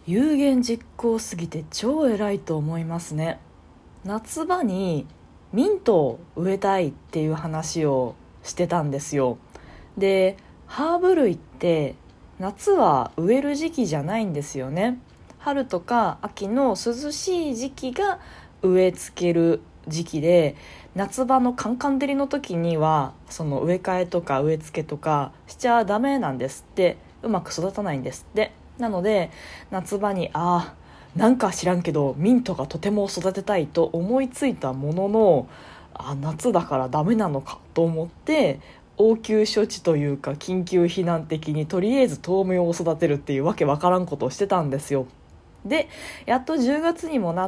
有言実行すぎて超偉いと思いますね。夏場にミントを植えたいっていう話をしてたんですよ。で、ハーブ類って夏は植える時期じゃないんですよね。春とか秋の涼しい時期が植え付ける時期で、夏場のカンカン照りの時にはその植え替えとか植え付けとかしちゃダメなんですって。うまく育たないんですって。なので夏場になんか知らんけどミントがとても育てたいと思いついたものの、夏だからダメなのかと思って応急処置というか緊急避難的にとりあえず豆苗を育てるっていうわけわからんことをしてたんですよ。でやっと10月にもなって、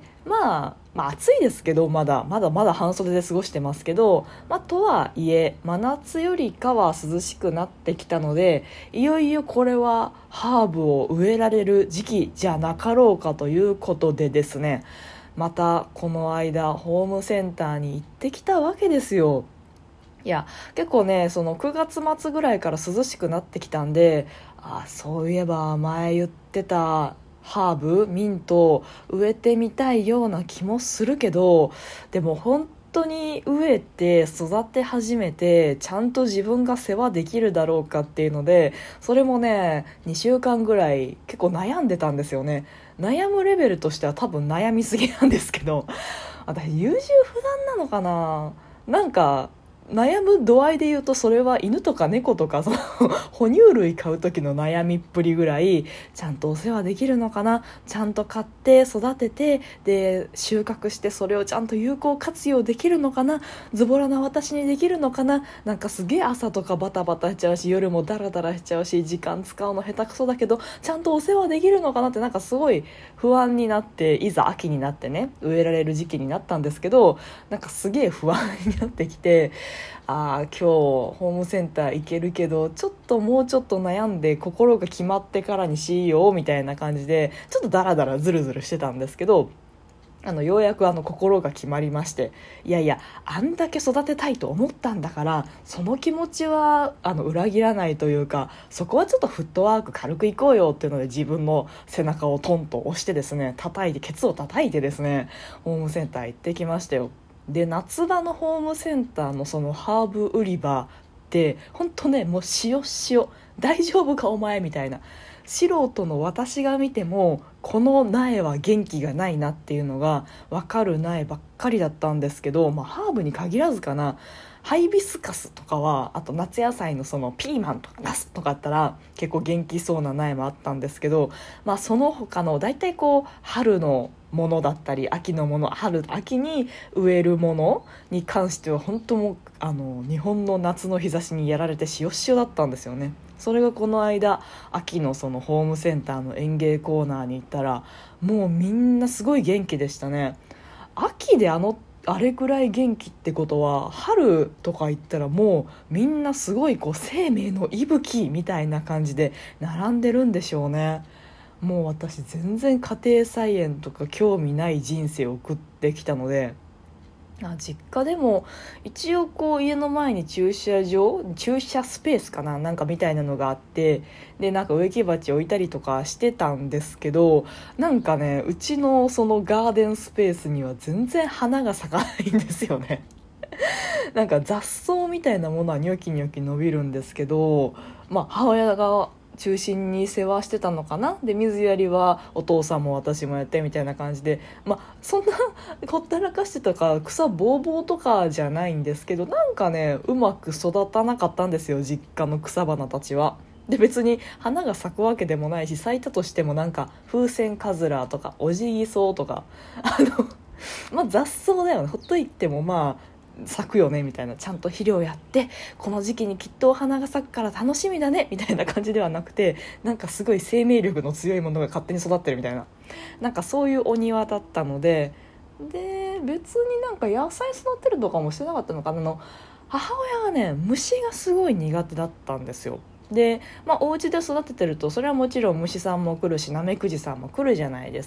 暑いですけどまだ半袖で過ごしてますけど、とはいえ真夏よりかは涼しくなってきたので、いよいよこれはハーブを植えられる時期じゃなかろうかということでですね、またこの間ホームセンターに行ってきたわけですよ。いや、結構ね、その9月末ぐらいから涼しくなってきたんで、そういえば前言ってたハーブミント植えてみたいような気もするけど、でも本当に植えて育て始めてちゃんと自分が世話できるだろうかっていうので、それもね2週間ぐらい結構悩んでたんですよね。悩むレベルとしては多分悩みすぎなんですけど、私優柔不断なのかな。なんか悩む度合いで言うと、それは犬とか猫とかその哺乳類飼う時の悩みっぷりぐらい、ちゃんとお世話できるのかな、ちゃんと買って育てて、で収穫してそれをちゃんと有効活用できるのかな、ズボラな私にできるのかな、なんかすげえ朝とかバタバタしちゃうし夜もダラダラしちゃうし時間使うの下手くそだけどちゃんとお世話できるのかなって、なんかすごい不安になって、いざ秋になってね植えられる時期になったんですけど、なんかすげえ不安になってきて、今日ホームセンター行けるけどもうちょっと悩んで心が決まってからにしようみたいな感じでちょっとダラダラズルズルしてたんですけど、ようやく心が決まりまして、いやいやあんだけ育てたいと思ったんだからその気持ちは裏切らないというか、そこはちょっとフットワーク軽くいこうよっていうので自分の背中をトンと押してですね、ケツを叩いてですね、ホームセンター行ってきましたよ。で、夏場のホームセンターのそのハーブ売り場って本当ね、もう塩塩、大丈夫かお前みたいな、素人の私が見てもこの苗は元気がないなっていうのが分かる苗ばっかりだったんですけど、ハーブに限らずかな、ハイビスカスとかは、あと夏野菜のそのピーマンとかナスとかあったら結構元気そうな苗もあったんですけど、その他の大体春のものだったり秋のもの、秋に植えるものに関しては本当もう日本の夏の日差しにやられて塩塩だったんですよね。それがこの間秋のそのホームセンターの園芸コーナーに行ったら、もうみんなすごい元気でしたね。秋であれくらい元気ってことは春とか行ったらもうみんなすごい生命の息吹みたいな感じで並んでるんでしょうね。もう私全然家庭菜園とか興味ない人生を送ってきたので、実家でも一応家の前に駐車スペースかな、なんかみたいなのがあって、でなんか植木鉢置いたりとかしてたんですけど、なんかねうちのそのガーデンスペースには全然花が咲かないんですよね。なんか雑草みたいなものはニョキニョキ伸びるんですけど、母親が中心に世話してたのかな。で水やりはお父さんも私もやってみたいな感じで、そんなほったらかしてたか草ぼうぼうとかじゃないんですけど、なんかねうまく育たなかったんですよ、実家の草花たちは。で別に花が咲くわけでもないし、咲いたとしてもなんか風船カズラとかオジギソウとか雑草だよね、ほっといても咲くよねみたいな、ちゃんと肥料やってこの時期にきっとお花が咲くから楽しみだねみたいな感じではなくて、なんかすごい生命力の強いものが勝手に育ってるみたいな、なんかそういうお庭だったので、別になんか野菜育てるとかもしてなかったのかな。母親がね虫がすごい苦手だったんですよ。でお家で育ててるとそれはもちろん虫さんも来るしナメクジさんも来るじゃないですか。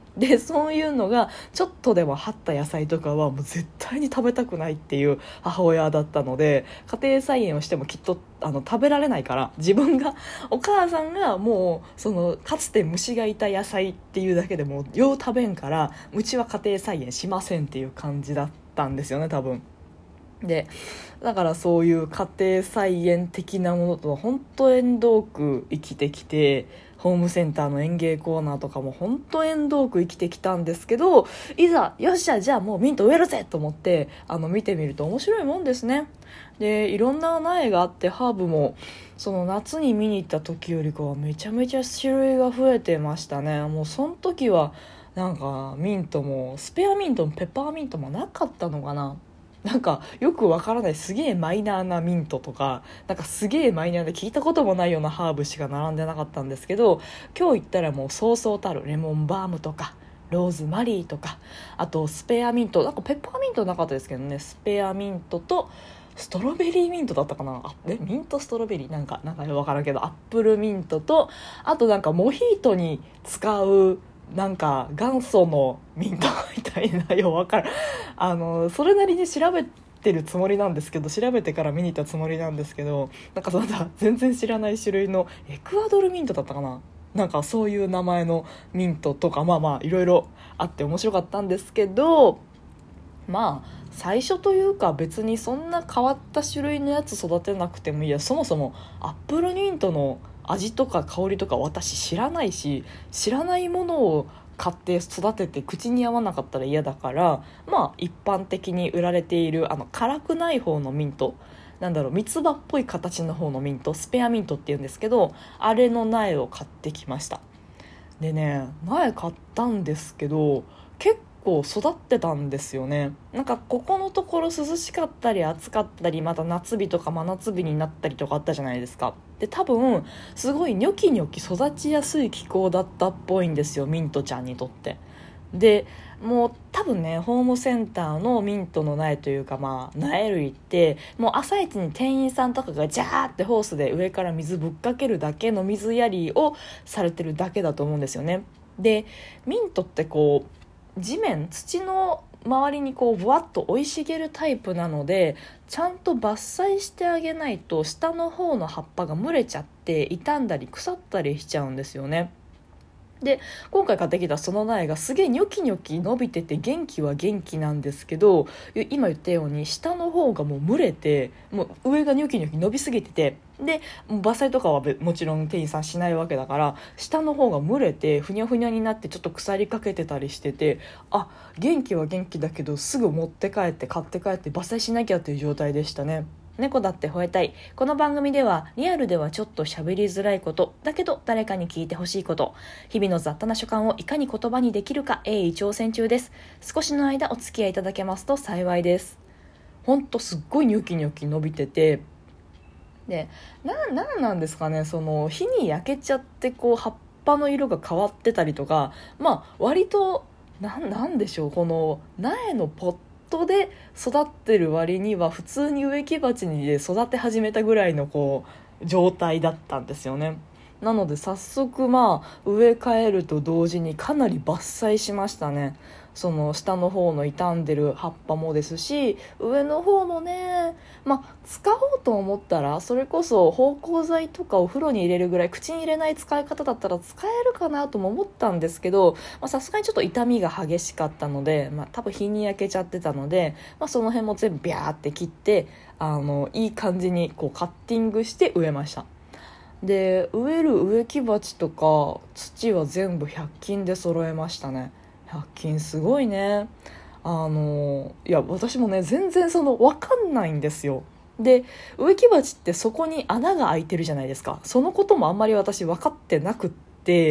でそういうのがちょっとでも張った野菜とかはもう絶対に食べたくないっていう母親だったので、家庭菜園をしてもきっと食べられないから、自分がお母さんがもうかつて虫がいた野菜っていうだけでもうよう食べんから、うちは家庭菜園しませんっていう感じだったんですよね、多分。でだからそういう家庭菜園的なものと本当縁遠く生きてきて、ホームセンターの園芸コーナーとかも本当縁遠く生きてきたんですけど、いざよっしゃじゃあもうミント植えるぜと思って見てみると面白いもんですね。でいろんな苗があって、ハーブもその夏に見に行った時よりかはめちゃめちゃ種類が増えてましたね。もうその時はなんかミントもスペアミントもペッパーミントもなかったのかな、なんかよくわからないすげえマイナーなミントとか、なんかすげえマイナーで聞いたこともないようなハーブしか並んでなかったんですけど、今日行ったらもうそうそうたるレモンバームとかローズマリーとか、あとスペアミント、なんかペッパーミントなかったですけどね、スペアミントとストロベリーミントだったかな、ミントストロベリーなんか分からんけど、アップルミントと、あとなんかモヒートに使うなんか元祖のミントみたいな、よう分からんそれなりに調べてるつもりなんですけど、調べてから見に行ったつもりなんですけど、なんか全然知らない種類のエクアドルミントだったかな、なんかそういう名前のミントとか、まあまあいろいろあって面白かったんですけど、まあ最初というか別にそんな変わった種類のやつ育てなくてもいいや、そもそもアップルミントの味とか香りとか私知らないし、知らないものを買って育てて口に合わなかったら嫌だから、まあ一般的に売られている辛くない方のミント、なんだろう、三つ葉っぽい形の方のミント、スペアミントっていうんですけど、あれの苗を買ってきました。でね、苗買ったんですけど結構育ってたんですよね。なんかここのところ涼しかったり暑かったり、また夏日とか真夏日になったりとかあったじゃないですか。で多分すごいニョキニョキ育ちやすい気候だったっぽいんですよ、ミントちゃんにとって。でもう多分ね、ホームセンターのミントの苗というか、まあ苗類ってもう朝一に店員さんとかがジャーってホースで上から水ぶっかけるだけの水やりをされてるだけだと思うんですよね。でミントってこう土の周りにこうぶわっと生い茂るタイプなので、ちゃんと伐採してあげないと下の方の葉っぱが蒸れちゃって傷んだり腐ったりしちゃうんですよね。で今回買ってきたその苗がすげえニョキニョキ伸びてて元気は元気なんですけど、今言ったように下の方がもう蒸れて、もう上がニョキニョキ伸びすぎてて、で伐採とかはもちろん店員さんしないわけだから、下の方が蒸れてふにゃふにゃになってちょっと腐りかけてたりしてて、あ、元気は元気だけどすぐ持って帰って買って帰って伐採しなきゃっていう状態でしたね。猫だって吠えたい。この番組ではリアルではちょっと喋りづらいことだけど誰かに聞いてほしいこと、日々の雑多な所感をいかに言葉にできるか鋭意挑戦中です。少しの間お付き合いいただけますと幸いです。ほんとすっごいニョキニョキ伸びてて、でなんですかね、その火に焼けちゃってこう葉っぱの色が変わってたりとか、まあ割となんでしょう、この苗のポットで育ってる割には普通に植木鉢にで育て始めたぐらいのこう状態だったんですよね。なので早速まあ植え替えると同時にかなり伐採しましたね。その下の方の傷んでる葉っぱもですし、上の方もね、まあ使おうと思ったらそれこそ芳香剤とかお風呂に入れるぐらい口に入れない使い方だったら使えるかなとも思ったんですけど、さすがにちょっと傷みが激しかったので、多分日に焼けちゃってたので、その辺も全部ビャーって切っていい感じにこうカッティングして植えました。で植える植木鉢とか土は全部100均で揃えましたね。100均すごいね。いや私もね全然分かんないんですよ。で植木鉢ってそこに穴が開いてるじゃないですか。そのこともあんまり私分かってなくって、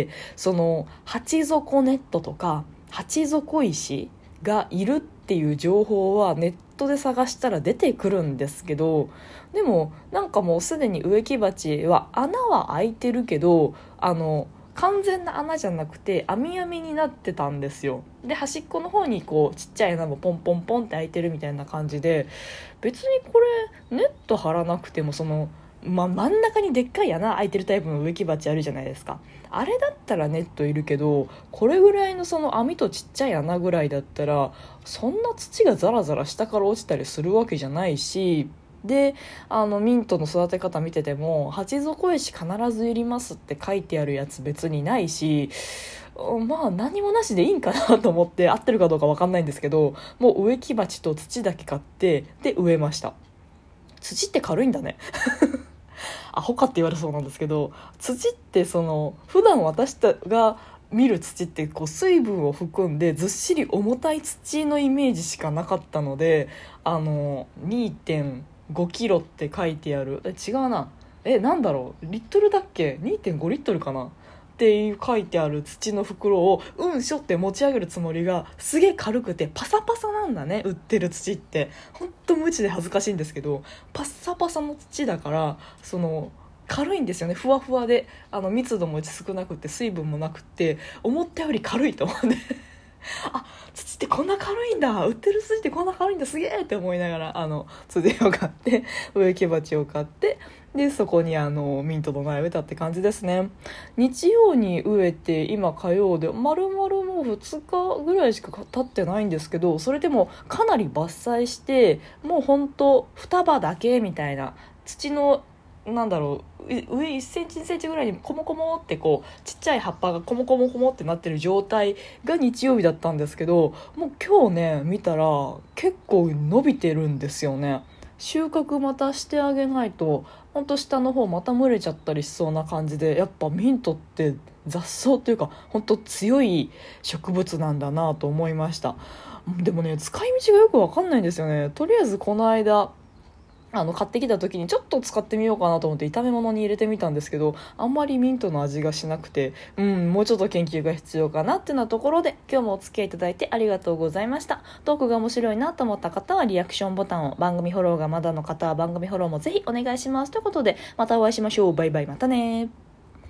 鉢底ネットとか鉢底石がいるっていう情報はネットで探したら出てくるんですけど、でもなんかもうすでに植木鉢は穴は開いてるけど完全な穴じゃなくて網網になってたんですよ。で端っこの方にこうちっちゃい穴もポンポンポンって開いてるみたいな感じで、別にこれネット張らなくても真ん中にでっかい穴開いてるタイプの植木鉢あるじゃないですか。 あれだったらネットいるけど、これぐらいのその網とちっちゃい穴ぐらいだったらそんな土がザラザラ下から落ちたりするわけじゃないし、でミントの育て方見てても鉢底石必ずいりますって書いてあるやつ別にないし、まあ何もなしでいいんかなと思って、合ってるかどうか分かんないんですけど、もう植木鉢と土だけ買ってで植えました。土って軽いんだね。アホかって言われそうなんですけど、土ってその普段私が見る土ってこう水分を含んでずっしり重たい土のイメージしかなかったので、2.5キロって書いてある、違うな、なんだろう、リットルだっけ、2.5リットルかなっていう書いてある土の袋をしょって持ち上げるつもりがすげえ軽くてパサパサなんだね。売ってる土ってほんと無知で恥ずかしいんですけど、パッサパサの土だからその軽いんですよね。ふわふわで密度も少なくて水分もなくて思ったより軽いと思ってあ、土ってこんな軽いんだ、売ってる土ってこんな軽いんだ、すげえって思いながら土を買って植木鉢を買って、でそこにミントの苗を植えたって感じですね。日曜に植えて今火曜で丸々もう2日ぐらいしか経ってないんですけど、それでもかなり伐採してもうほんと双葉だけみたいな、土のなんだろう、上1センチ2センチぐらいにコモコモってこうちっちゃい葉っぱがコモコモコモってなってる状態が日曜日だったんですけど、もう今日ね見たら結構伸びてるんですよね。収穫またしてあげないとほんと下の方また蒸れちゃったりしそうな感じで、やっぱミントって雑草っていうかほんと強い植物なんだなと思いました。でもね使い道がよくわかんないんですよね。とりあえずこの間買ってきた時にちょっと使ってみようかなと思って炒め物に入れてみたんですけど、あんまりミントの味がしなくて、もうちょっと研究が必要かなってなところで、今日もお付き合いいただいてありがとうございました。トークが面白いなと思った方はリアクションボタンを、番組フォローがまだの方は番組フォローもぜひお願いしますということで、またお会いしましょう。バイバイ、またね。